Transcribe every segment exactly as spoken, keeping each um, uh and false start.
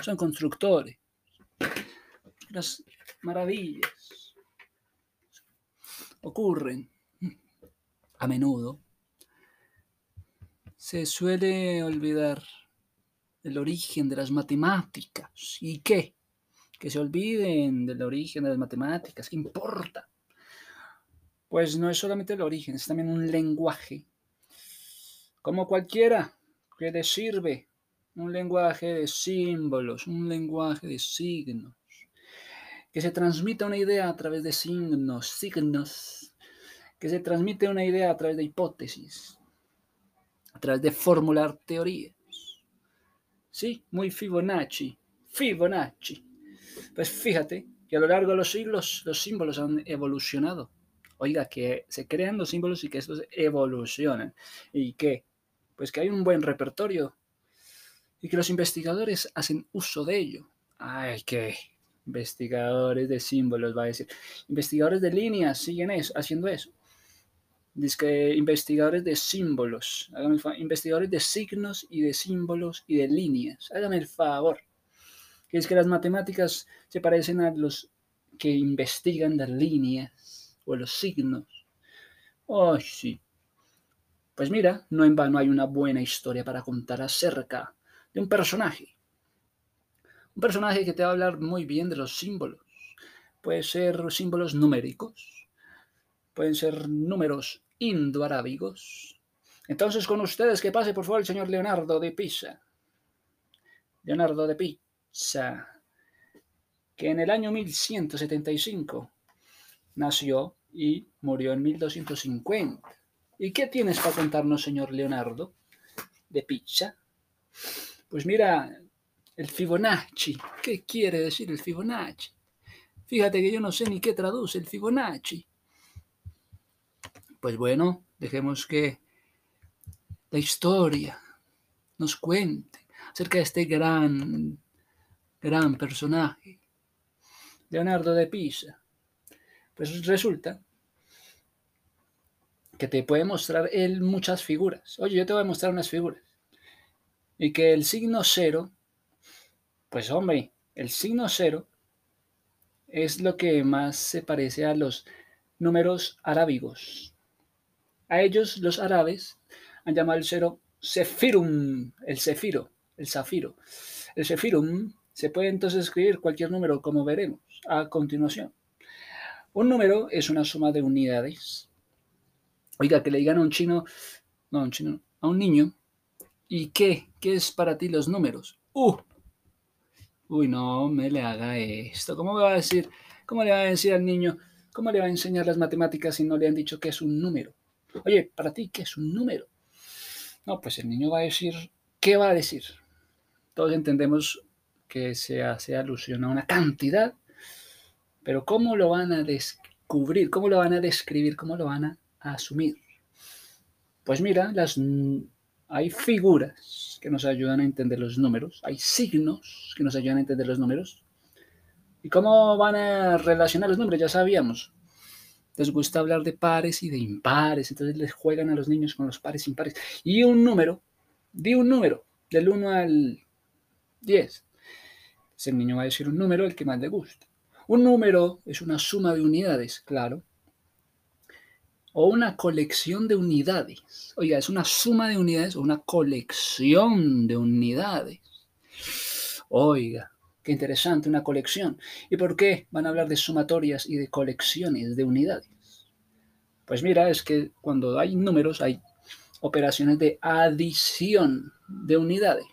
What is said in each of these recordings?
son constructores. Las maravillas ocurren a menudo. Se suele olvidar el origen de las matemáticas. ¿Y qué? Que se olviden del origen de las matemáticas. ¿Qué importa? Pues no es solamente el origen, es también un lenguaje. Como cualquiera que le sirve. Un lenguaje de símbolos, un lenguaje de signos. Que se transmita una idea a través de signos, signos. Que se transmite una idea a través de hipótesis. A través de formular teorías. Sí, muy Fibonacci. Fibonacci. Pues fíjate que a lo largo de los siglos los símbolos han evolucionado. Oiga, que se crean los símbolos y que estos evolucionan. ¿Y qué? Pues que hay un buen repertorio y que los investigadores hacen uso de ello. Ay, qué investigadores de símbolos, va a decir. Investigadores de líneas siguen eso, haciendo eso. Dice que investigadores de símbolos, háganme el favor, investigadores de signos y de símbolos y de líneas. Háganme el favor. Que es que las matemáticas se parecen a los que investigan las líneas o los signos. Oh, sí. Pues mira, no en vano hay una buena historia para contar acerca de un personaje. Un personaje que te va a hablar muy bien de los símbolos. Pueden ser símbolos numéricos. Pueden ser números indoarábigos. Entonces, con ustedes, que pase por favor el señor Leonardo de Pisa. Leonardo de Pisa, que en el año mil ciento setenta y cinco nació y murió en mil doscientos cincuenta. ¿Y qué tienes para contarnos, señor Leonardo de Pisa? Pues mira, el Fibonacci. ¿Qué quiere decir el Fibonacci? Fíjate que yo no sé ni qué traduce el Fibonacci. Pues bueno, dejemos que la historia nos cuente acerca de este gran, gran personaje, Leonardo de Pisa. Pues resulta que te puede mostrar él muchas figuras. Oye, yo te voy a mostrar unas figuras. Y que el signo cero, pues hombre, el signo cero es lo que más se parece a los números arábigos. A ellos los árabes han llamado el cero Sefirum, el cefiro, el zafiro. El Sefirum se puede entonces escribir cualquier número, como veremos a continuación. Un número es una suma de unidades. Oiga, que le digan a un chino, no a un chino, a un niño, ¿y qué? ¿Qué es para ti los números? ¡Uh! Uy, no me le haga esto. ¿Cómo me va a decir? ¿Cómo le va a decir al niño? ¿Cómo le va a enseñar las matemáticas si no le han dicho que es un número? Oye, para ti, ¿qué es un número? No, pues el niño va a decir, ¿qué va a decir? Todos entendemos que se hace alusión a una cantidad, pero ¿cómo lo van a descubrir? ¿Cómo lo van a describir? ¿Cómo lo van a asumir? Pues mira, las, hay figuras que nos ayudan a entender los números, hay signos que nos ayudan a entender los números. ¿Y cómo van a relacionar los números? Ya sabíamos. Les gusta hablar de pares y de impares, entonces les juegan a los niños con los pares e impares. Y un número, di un número, del uno al diez. Entonces el niño va a decir un número, el que más le gusta. Un número es una suma de unidades, claro. O una colección de unidades. Oiga, es una suma de unidades o una colección de unidades. Oiga, qué interesante, una colección. ¿Y por qué van a hablar de sumatorias y de colecciones de unidades? Pues mira, es que cuando hay números hay operaciones de adición de unidades.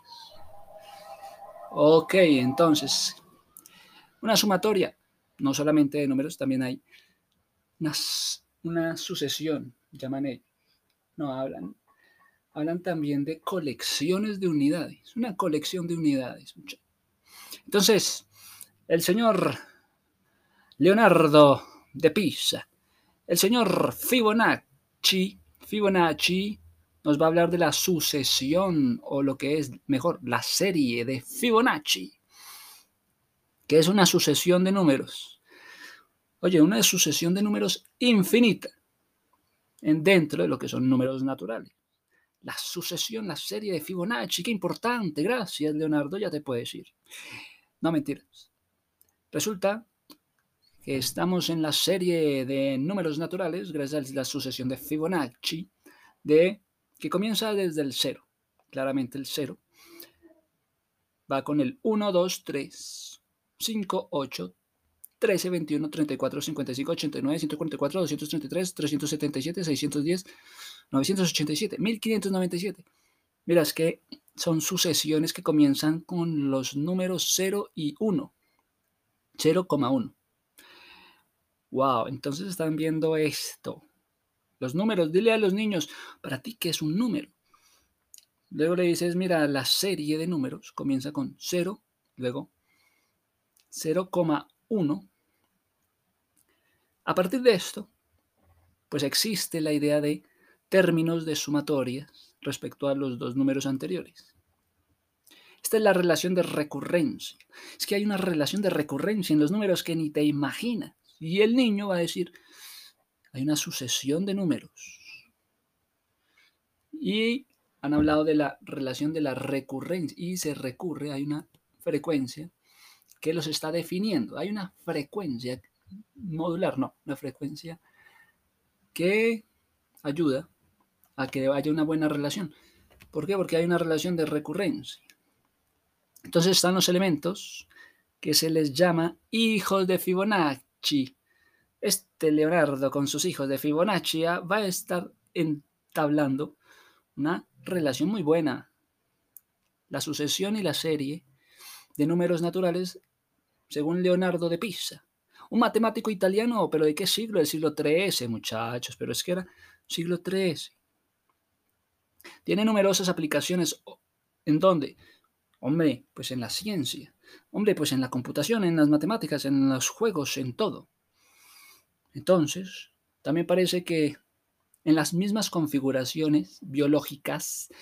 Ok, entonces, una sumatoria, no solamente de números, también hay una, una sucesión, llaman ellos. No hablan. Hablan también de colecciones de unidades, una colección de unidades. Entonces, el señor Leonardo de Pisa, el señor Fibonacci, Fibonacci nos va a hablar de la sucesión, o lo que es mejor, la serie de Fibonacci, que es una sucesión de números. Oye, una sucesión de números infinita, en dentro de lo que son números naturales. La sucesión, la serie de Fibonacci. Qué importante. Gracias, Leonardo. Ya te puedes ir. No mentiras. Resulta que estamos en la serie de números naturales, gracias a la sucesión de Fibonacci, de, que comienza desde el cero. Claramente el cero va con el uno, dos, tres, cinco, ocho, trece, veintiuno, treinta y cuatro, cincuenta y cinco, ochenta y nueve, ciento cuarenta y cuatro, doscientos treinta y tres, trescientos setenta y siete, seiscientos diez, novecientos ochenta y siete, mil quinientos noventa y siete. Mira, es que son sucesiones que comienzan con los números cero y uno. cero coma uno. Wow, entonces están viendo esto. Los números, dile a los niños, para ti, ¿qué es un número? Luego le dices, mira, la serie de números comienza con cero, luego cero coma uno. A partir de esto, pues existe la idea de términos de sumatorias respecto a los dos números anteriores. Esta es la relación de recurrencia. Es que hay una relación de recurrencia en los números que ni te imaginas. Y el niño va a decir, hay una sucesión de números. Y han hablado de la relación de la recurrencia. Y se recurre, hay una frecuencia que los está definiendo. Hay una frecuencia modular, no, una frecuencia que ayuda a que haya una buena relación. ¿Por qué? Porque hay una relación de recurrencia. Entonces están los elementos que se les llama hijos de Fibonacci. Este Leonardo con sus hijos de Fibonacci va a estar entablando una relación muy buena. La sucesión y la serie de números naturales según Leonardo de Pisa. Un matemático italiano, pero ¿de qué siglo? Del siglo trece, muchachos, pero es que era siglo trece. Tiene numerosas aplicaciones. ¿En dónde? Hombre, pues en la ciencia. Hombre, pues en la computación, en las matemáticas, en los juegos, en todo. Entonces, también parece que en las mismas configuraciones biológicas